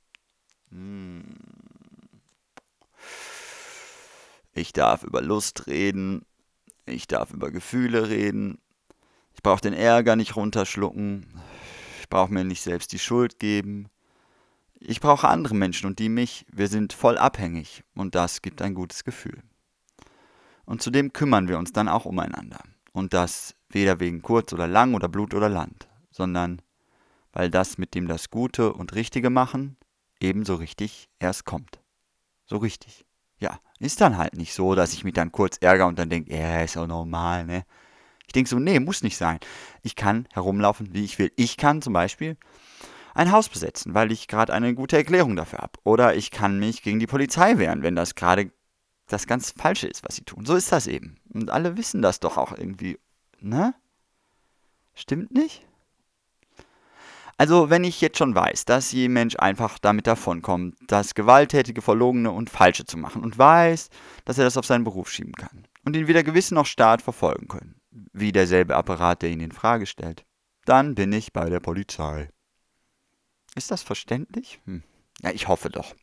ich darf über Lust reden, ich darf über Gefühle reden, ich brauche den Ärger nicht runterschlucken, ich brauche mir nicht selbst die Schuld geben. Ich brauche andere Menschen und die mich. Wir sind voll abhängig und das gibt ein gutes Gefühl. Und zudem kümmern wir uns dann auch umeinander. Und das weder wegen kurz oder lang oder Blut oder Land, sondern weil das, mit dem das Gute und Richtige machen, ebenso richtig erst kommt. So richtig. Ja, ist dann halt nicht so, dass ich mich dann kurz ärgere und dann denke, ja, ist doch normal, ne? Ich denke so, nee, muss nicht sein. Ich kann herumlaufen, wie ich will. Ich kann zum Beispiel ein Haus besetzen, weil ich gerade eine gute Erklärung dafür habe. Oder ich kann mich gegen die Polizei wehren, wenn das gerade das ganz Falsche ist, was sie tun. So ist das eben. Und alle wissen das doch auch irgendwie, ne? Stimmt nicht? Also, wenn ich jetzt schon weiß, dass je Mensch einfach damit davonkommt, das Gewalttätige, Verlogene und Falsche zu machen und weiß, dass er das auf seinen Beruf schieben kann und ihn weder Gewissen noch Staat verfolgen können, wie derselbe Apparat, der ihn in Frage stellt, dann bin ich bei der Polizei. Ist das verständlich? Ja, ich hoffe doch.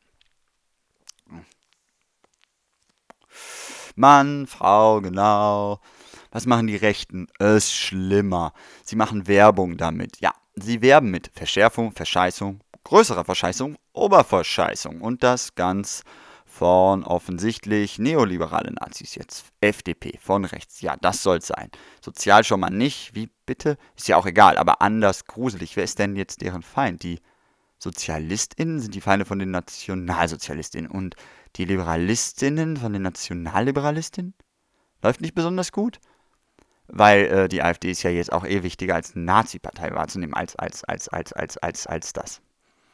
Mann, Frau, genau. Was machen die Rechten? Es ist schlimmer. Sie machen Werbung damit. Ja, sie werben mit Verschärfung, Verscheißung, größerer Verscheißung, Oberverscheißung. Und das ganz von offensichtlich neoliberale Nazis jetzt. FDP von rechts. Ja, das soll's sein. Sozial schon mal nicht. Wie bitte? Ist ja auch egal, aber anders gruselig. Wer ist denn jetzt deren Feind? Die SozialistInnen sind die Feinde von den NationalsozialistInnen und die Liberalistinnen von den Nationalliberalistinnen? Läuft nicht besonders gut? Weil die AfD ist ja jetzt auch wichtiger als eine Nazi-Partei wahrzunehmen als das.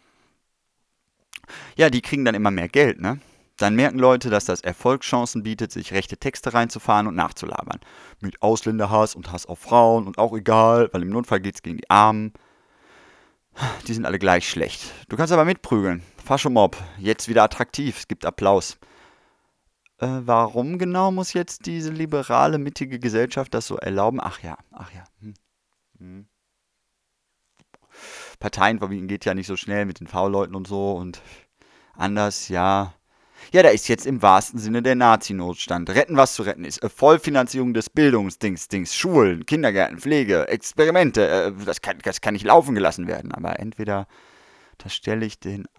Ja, die kriegen dann immer mehr Geld, ne? Dann merken Leute, dass das Erfolgschancen bietet, sich rechte Texte reinzufahren und nachzulabern. Mit Ausländerhass und Hass auf Frauen und auch egal, weil im Notfall geht's gegen die Armen. Die sind alle gleich schlecht. Du kannst aber mitprügeln. Faschomob, jetzt wieder attraktiv, es gibt Applaus. Warum genau muss jetzt diese liberale, mittige Gesellschaft das so erlauben? Ach ja. Hm. Parteien verbieten geht ja nicht so schnell mit den V-Leuten und so und anders, ja. Ja, da ist jetzt im wahrsten Sinne der Nazi-Notstand. Retten, was zu retten ist. Vollfinanzierung des Bildungsdings, Schulen, Kindergärten, Pflege, Experimente. Das kann nicht laufen gelassen werden. Aber entweder, da stelle ich den,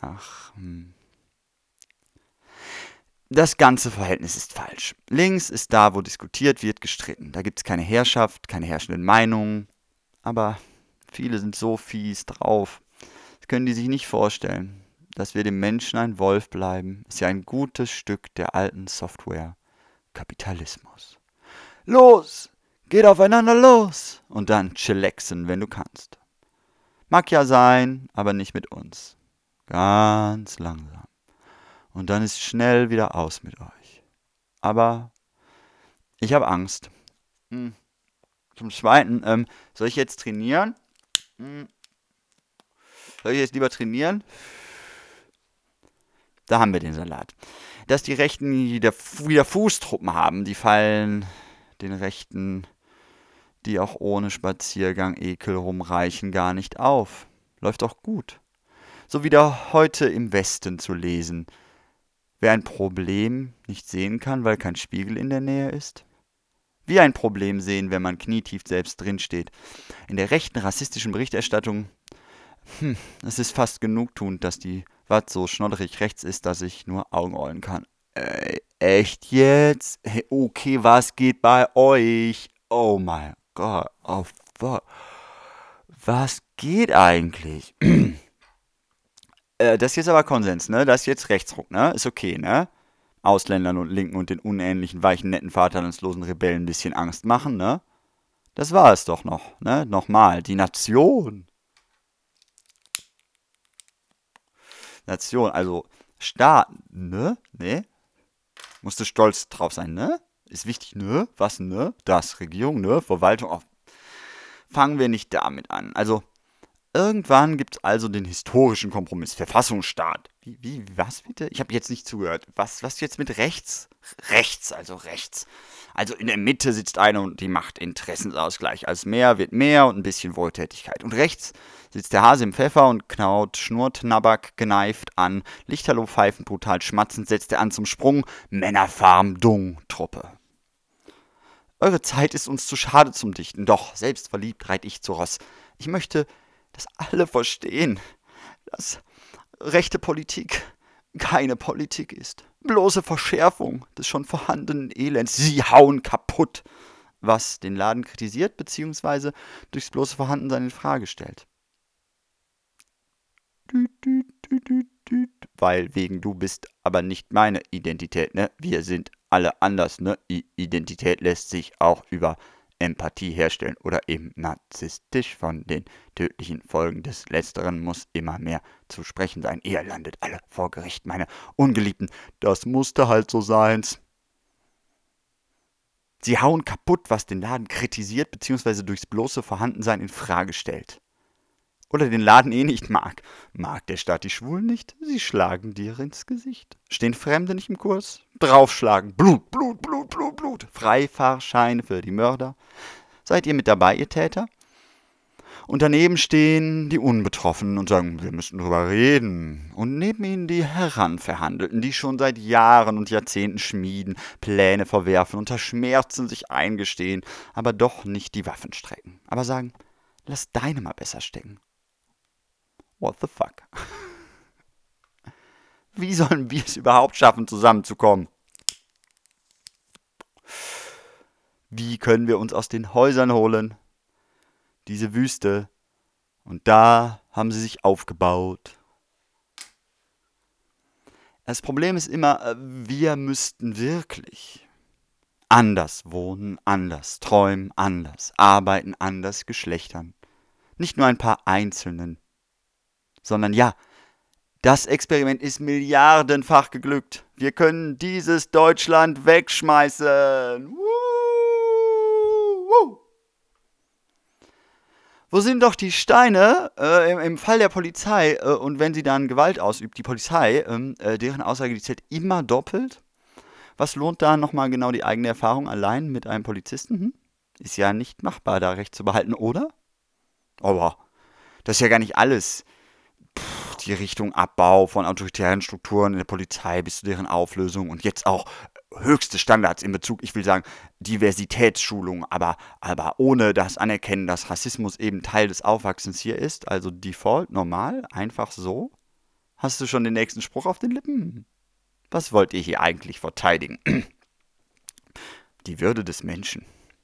Das ganze Verhältnis ist falsch. Links ist da, wo diskutiert wird, gestritten. Da gibt es keine Herrschaft, keine herrschenden Meinungen. Aber viele sind so fies drauf. Das können die sich nicht vorstellen. Dass wir dem Menschen ein Wolf bleiben, ist ja ein gutes Stück der alten Software. Kapitalismus. Los! Geht aufeinander los! Und dann chillaxen, wenn du kannst. Mag ja sein, aber nicht mit uns. Ganz langsam. Und dann ist schnell wieder aus mit euch. Aber ich habe Angst. Hm. Zum Zweiten, soll ich jetzt trainieren? Hm. Soll ich jetzt lieber trainieren? Da haben wir den Salat. Dass die Rechten wieder Fußtruppen haben, die fallen den Rechten, die auch ohne Spaziergang Ekel rumreichen, gar nicht auf. Läuft auch gut. So wie da heute im Westen zu lesen. Wer ein Problem nicht sehen kann, weil kein Spiegel in der Nähe ist? Wie ein Problem sehen, wenn man knietief selbst drinsteht. In der rechten rassistischen Berichterstattung, es ist fast genugtuend, dass die Watt so schnodderig rechts ist, dass ich nur Augen rollen kann. Echt jetzt? Hey, okay, was geht bei euch? Oh mein Gott, oh fuck. Was geht eigentlich? Das ist jetzt aber Konsens, ne? Das ist jetzt Rechtsruck, ne? Ist okay, ne? Ausländern und Linken und den unähnlichen, weichen, netten, vaterlandslosen Rebellen ein bisschen Angst machen, ne? Das war es doch noch, ne? Nochmal, die Nation. Nation, also Staat, ne? Ne? Musst du stolz drauf sein, ne? Ist wichtig, ne? Was, ne? Das, Regierung, ne? Verwaltung, auch. Fangen wir nicht damit an. Also, irgendwann gibt es also den historischen Kompromiss. Verfassungsstaat. Was bitte? Ich habe jetzt nicht zugehört. Was jetzt mit rechts? Rechts, also rechts. Also in der Mitte sitzt einer und die macht Interessensausgleich. Als mehr wird mehr und ein bisschen Wohltätigkeit. Und rechts sitzt der Hase im Pfeffer und knaut, schnurrt Nabak geneift an. Lichterloh pfeifend, brutal schmatzend setzt er an zum Sprung. Männerfarm, Dung, Truppe. Eure Zeit ist uns zu schade zum Dichten. Doch, selbstverliebt reit ich zu Ross. Ich möchte, dass alle verstehen, dass rechte Politik keine Politik ist. Bloße Verschärfung des schon vorhandenen Elends. Sie hauen kaputt, was den Laden kritisiert bzw. durchs bloße Vorhandensein in Frage stellt. Weil wegen du bist aber nicht meine Identität, ne? Wir sind alle anders, ne? Identität lässt sich auch über Empathie herstellen oder eben narzisstisch. Von den tödlichen Folgen des Letzteren muss immer mehr zu sprechen sein. Ihr landet alle vor Gericht, meine Ungeliebten. Das musste halt so sein. Sie hauen kaputt, was den Laden kritisiert bzw. durchs bloße Vorhandensein in Frage stellt. Oder den Laden eh nicht mag. Mag der Staat die Schwulen nicht? Sie schlagen dir ins Gesicht. Stehen Fremde nicht im Kurs? Draufschlagen. Blut, Blut, Blut, Blut, Blut. Freifahrscheine für die Mörder. Seid ihr mit dabei, ihr Täter? Und daneben stehen die Unbetroffenen und sagen, wir müssen drüber reden. Und neben ihnen die Heranverhandelten, die schon seit Jahren und Jahrzehnten schmieden, Pläne verwerfen, unter Schmerzen sich eingestehen, aber doch nicht die Waffen strecken. Aber sagen, lass deine mal besser stecken. What the fuck? Wie sollen wir es überhaupt schaffen, zusammenzukommen? Wie können wir uns aus den Häusern holen? Diese Wüste. Und da haben sie sich aufgebaut. Das Problem ist immer, wir müssten wirklich anders wohnen, anders träumen, anders arbeiten, anders geschlechtern. Nicht nur ein paar Einzelnen, sondern ja, das Experiment ist milliardenfach geglückt. Wir können dieses Deutschland wegschmeißen. Woo! Wo sind doch die Steine im Fall der Polizei und wenn sie dann Gewalt ausübt, die Polizei, deren Aussage die zählt immer doppelt? Was lohnt da nochmal genau die eigene Erfahrung allein mit einem Polizisten? Hm? Ist ja nicht machbar, da Recht zu behalten, oder? Aber das ist ja gar nicht alles. Die Richtung Abbau von autoritären Strukturen in der Polizei bis zu deren Auflösung und jetzt auch höchste Standards in Bezug, ich will sagen, Diversitätsschulung, aber ohne das Anerkennen, dass Rassismus eben Teil des Aufwachsens hier ist, also Default, normal, einfach so. Hast du schon den nächsten Spruch auf den Lippen? Was wollt ihr hier eigentlich verteidigen? Die Würde des Menschen.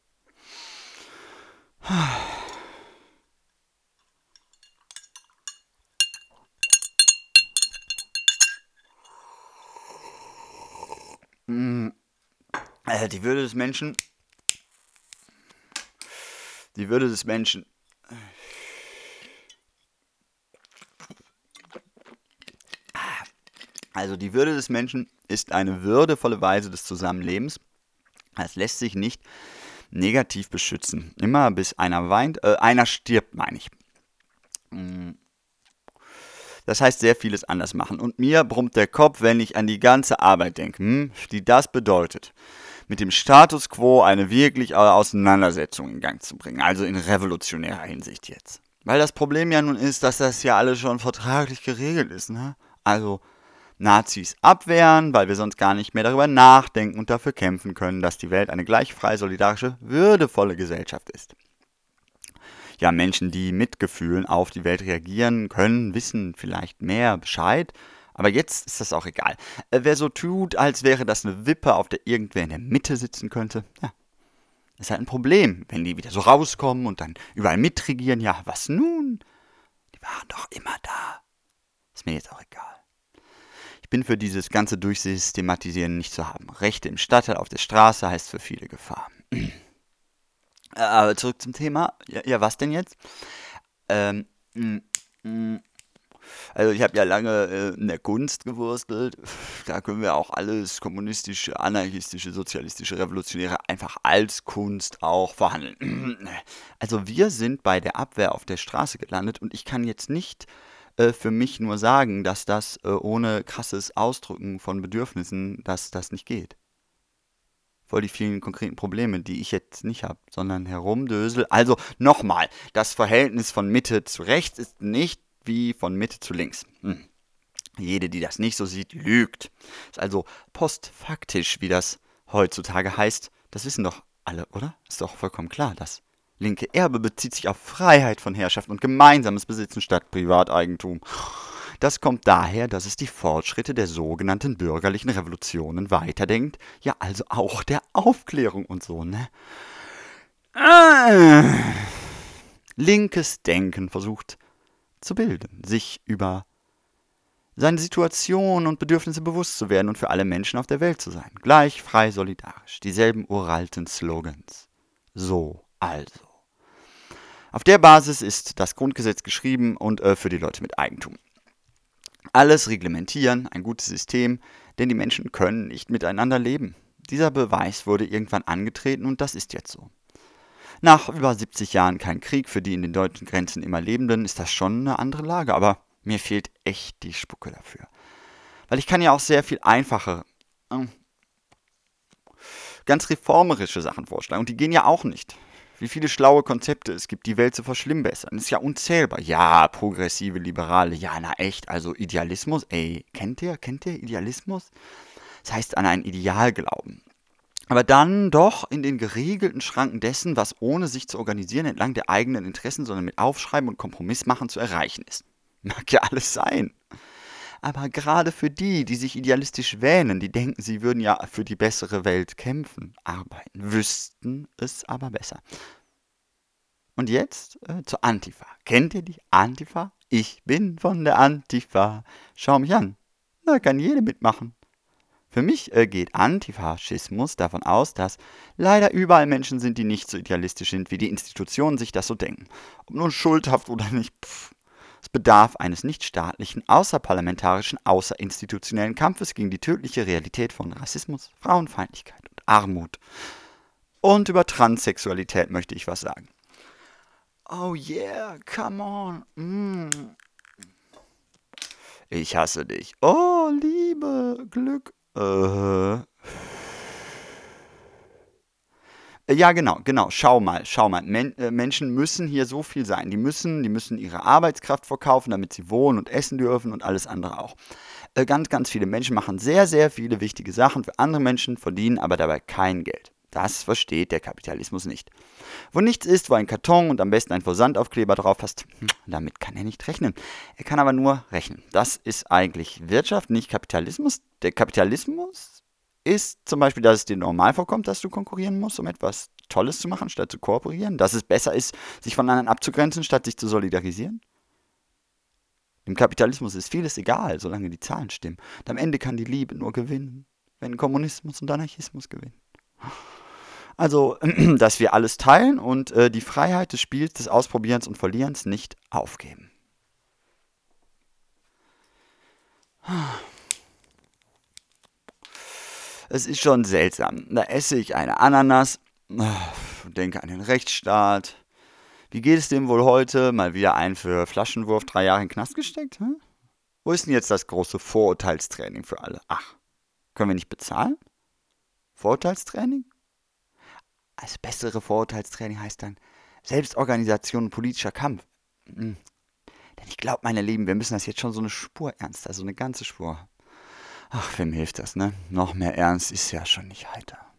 Die Würde des Menschen. Die Würde des Menschen. Also die Würde des Menschen ist eine würdevolle Weise des Zusammenlebens. Es lässt sich nicht negativ beschützen. Immer bis einer weint, einer stirbt, meine ich. Das heißt, sehr vieles anders machen. Und mir brummt der Kopf, wenn ich an die ganze Arbeit denke, die das bedeutet, mit dem Status quo eine wirkliche Auseinandersetzung in Gang zu bringen. Also in revolutionärer Hinsicht jetzt. Weil das Problem ja nun ist, dass das ja alles schon vertraglich geregelt ist, ne? Also Nazis abwehren, weil wir sonst gar nicht mehr darüber nachdenken und dafür kämpfen können, dass die Welt eine gleich frei, solidarische, würdevolle Gesellschaft ist. Ja, Menschen, die mit Gefühlen auf die Welt reagieren können, wissen vielleicht mehr Bescheid, aber jetzt ist das auch egal. Wer so tut, als wäre das eine Wippe, auf der irgendwer in der Mitte sitzen könnte, ja, ist halt ein Problem, wenn die wieder so rauskommen und dann überall mitregieren. Ja, was nun? Die waren doch immer da. Ist mir jetzt auch egal. Ich bin für dieses ganze Durchsystematisieren nicht zu haben. Rechte im Stadtteil auf der Straße heißt für viele Gefahr. Aber zurück zum Thema. Ja, was denn jetzt? Ähm, mm, mm, also ich habe ja lange in der Kunst gewurstelt. Da können wir auch alles kommunistische, anarchistische, sozialistische, revolutionäre einfach als Kunst auch verhandeln. Also wir sind bei der Abwehr auf der Straße gelandet und ich kann jetzt nicht für mich nur sagen, dass das ohne krasses Ausdrücken von Bedürfnissen, dass das nicht geht. Voll die vielen konkreten Probleme, die ich jetzt nicht habe, sondern herumdösel. Also nochmal, das Verhältnis von Mitte zu rechts ist nicht wie von Mitte zu links. Jede, die das nicht so sieht, lügt. Ist also postfaktisch, wie das heutzutage heißt. Das wissen doch alle, oder? Ist doch vollkommen klar. Das linke Erbe bezieht sich auf Freiheit von Herrschaft und gemeinsames Besitzen statt Privateigentum. Das kommt daher, dass es die Fortschritte der sogenannten bürgerlichen Revolutionen weiterdenkt, ja also auch der Aufklärung und so, ne? Linkes Denken versucht zu bilden, sich über seine Situation und Bedürfnisse bewusst zu werden und für alle Menschen auf der Welt zu sein. Gleich, frei, solidarisch. Dieselben uralten Slogans. So, also. Auf der Basis ist das Grundgesetz geschrieben und für die Leute mit Eigentum. Alles reglementieren, ein gutes System, denn die Menschen können nicht miteinander leben. Dieser Beweis wurde irgendwann angetreten und das ist jetzt so. Nach über 70 Jahren kein Krieg für die in den deutschen Grenzen immer Lebenden ist das schon eine andere Lage, aber mir fehlt echt die Spucke dafür. Weil ich kann ja auch sehr viel einfache, ganz reformerische Sachen vorschlagen und die gehen ja auch nicht. Wie viele schlaue Konzepte es gibt, die Welt zu verschlimmbessern, ist ja unzählbar. Ja, progressive Liberale, ja, na echt, also Idealismus, ey, kennt ihr Idealismus? Das heißt an ein Ideal glauben. Aber dann doch in den geriegelten Schranken dessen, was ohne sich zu organisieren entlang der eigenen Interessen, sondern mit Aufschreiben und Kompromiss machen zu erreichen ist. Mag ja alles sein. Aber gerade für die, die sich idealistisch wähnen, die denken, sie würden ja für die bessere Welt kämpfen, arbeiten, wüssten es aber besser. Und jetzt zur Antifa. Kennt ihr die Antifa? Ich bin von der Antifa. Schau mich an. Da kann jede mitmachen. Für mich geht Antifaschismus davon aus, dass leider überall Menschen sind, die nicht so idealistisch sind, wie die Institutionen sich das so denken. Ob nun schuldhaft oder nicht, es bedarf eines nichtstaatlichen, außerparlamentarischen, außerinstitutionellen Kampfes gegen die tödliche Realität von Rassismus, Frauenfeindlichkeit und Armut. Und über Transsexualität möchte ich was sagen. Oh yeah, come on. Ich hasse dich. Oh, Liebe, Glück. Ja, genau, genau. Schau mal, schau mal. Menschen müssen hier so viel sein. Die müssen ihre Arbeitskraft verkaufen, damit sie wohnen und essen dürfen und alles andere auch. Ganz, ganz viele Menschen machen sehr, sehr viele wichtige Sachen für andere Menschen, verdienen aber dabei kein Geld. Das versteht der Kapitalismus nicht. Wo nichts ist, wo ein Karton und am besten ein Versandaufkleber drauf hast, damit kann er nicht rechnen. Er kann aber nur rechnen. Das ist eigentlich Wirtschaft, nicht Kapitalismus. Der Kapitalismus ist zum Beispiel, dass es dir normal vorkommt, dass du konkurrieren musst, um etwas Tolles zu machen, statt zu kooperieren. Dass es besser ist, sich von anderen abzugrenzen, statt sich zu solidarisieren. Im Kapitalismus ist vieles egal, solange die Zahlen stimmen. Und am Ende kann die Liebe nur gewinnen, wenn Kommunismus und Anarchismus gewinnen. Also, dass wir alles teilen und die Freiheit des Spiels, des Ausprobierens und Verlierens nicht aufgeben. Es ist schon seltsam. Da esse ich eine Ananas, denke an den Rechtsstaat. Wie geht es dem wohl heute? Mal wieder einen für Flaschenwurf 3 Jahre in den Knast gesteckt? Hm? Wo ist denn jetzt das große Vorurteilstraining für alle? Ach, können wir nicht bezahlen? Vorurteilstraining? Das bessere Vorurteilstraining heißt dann Selbstorganisation und politischer Kampf. Hm. Denn ich glaube, meine Lieben, wir müssen das jetzt schon so eine Spur ernster, so eine ganze Spur. Ach, wem hilft das, ne? Noch mehr Ernst ist ja schon nicht heiter.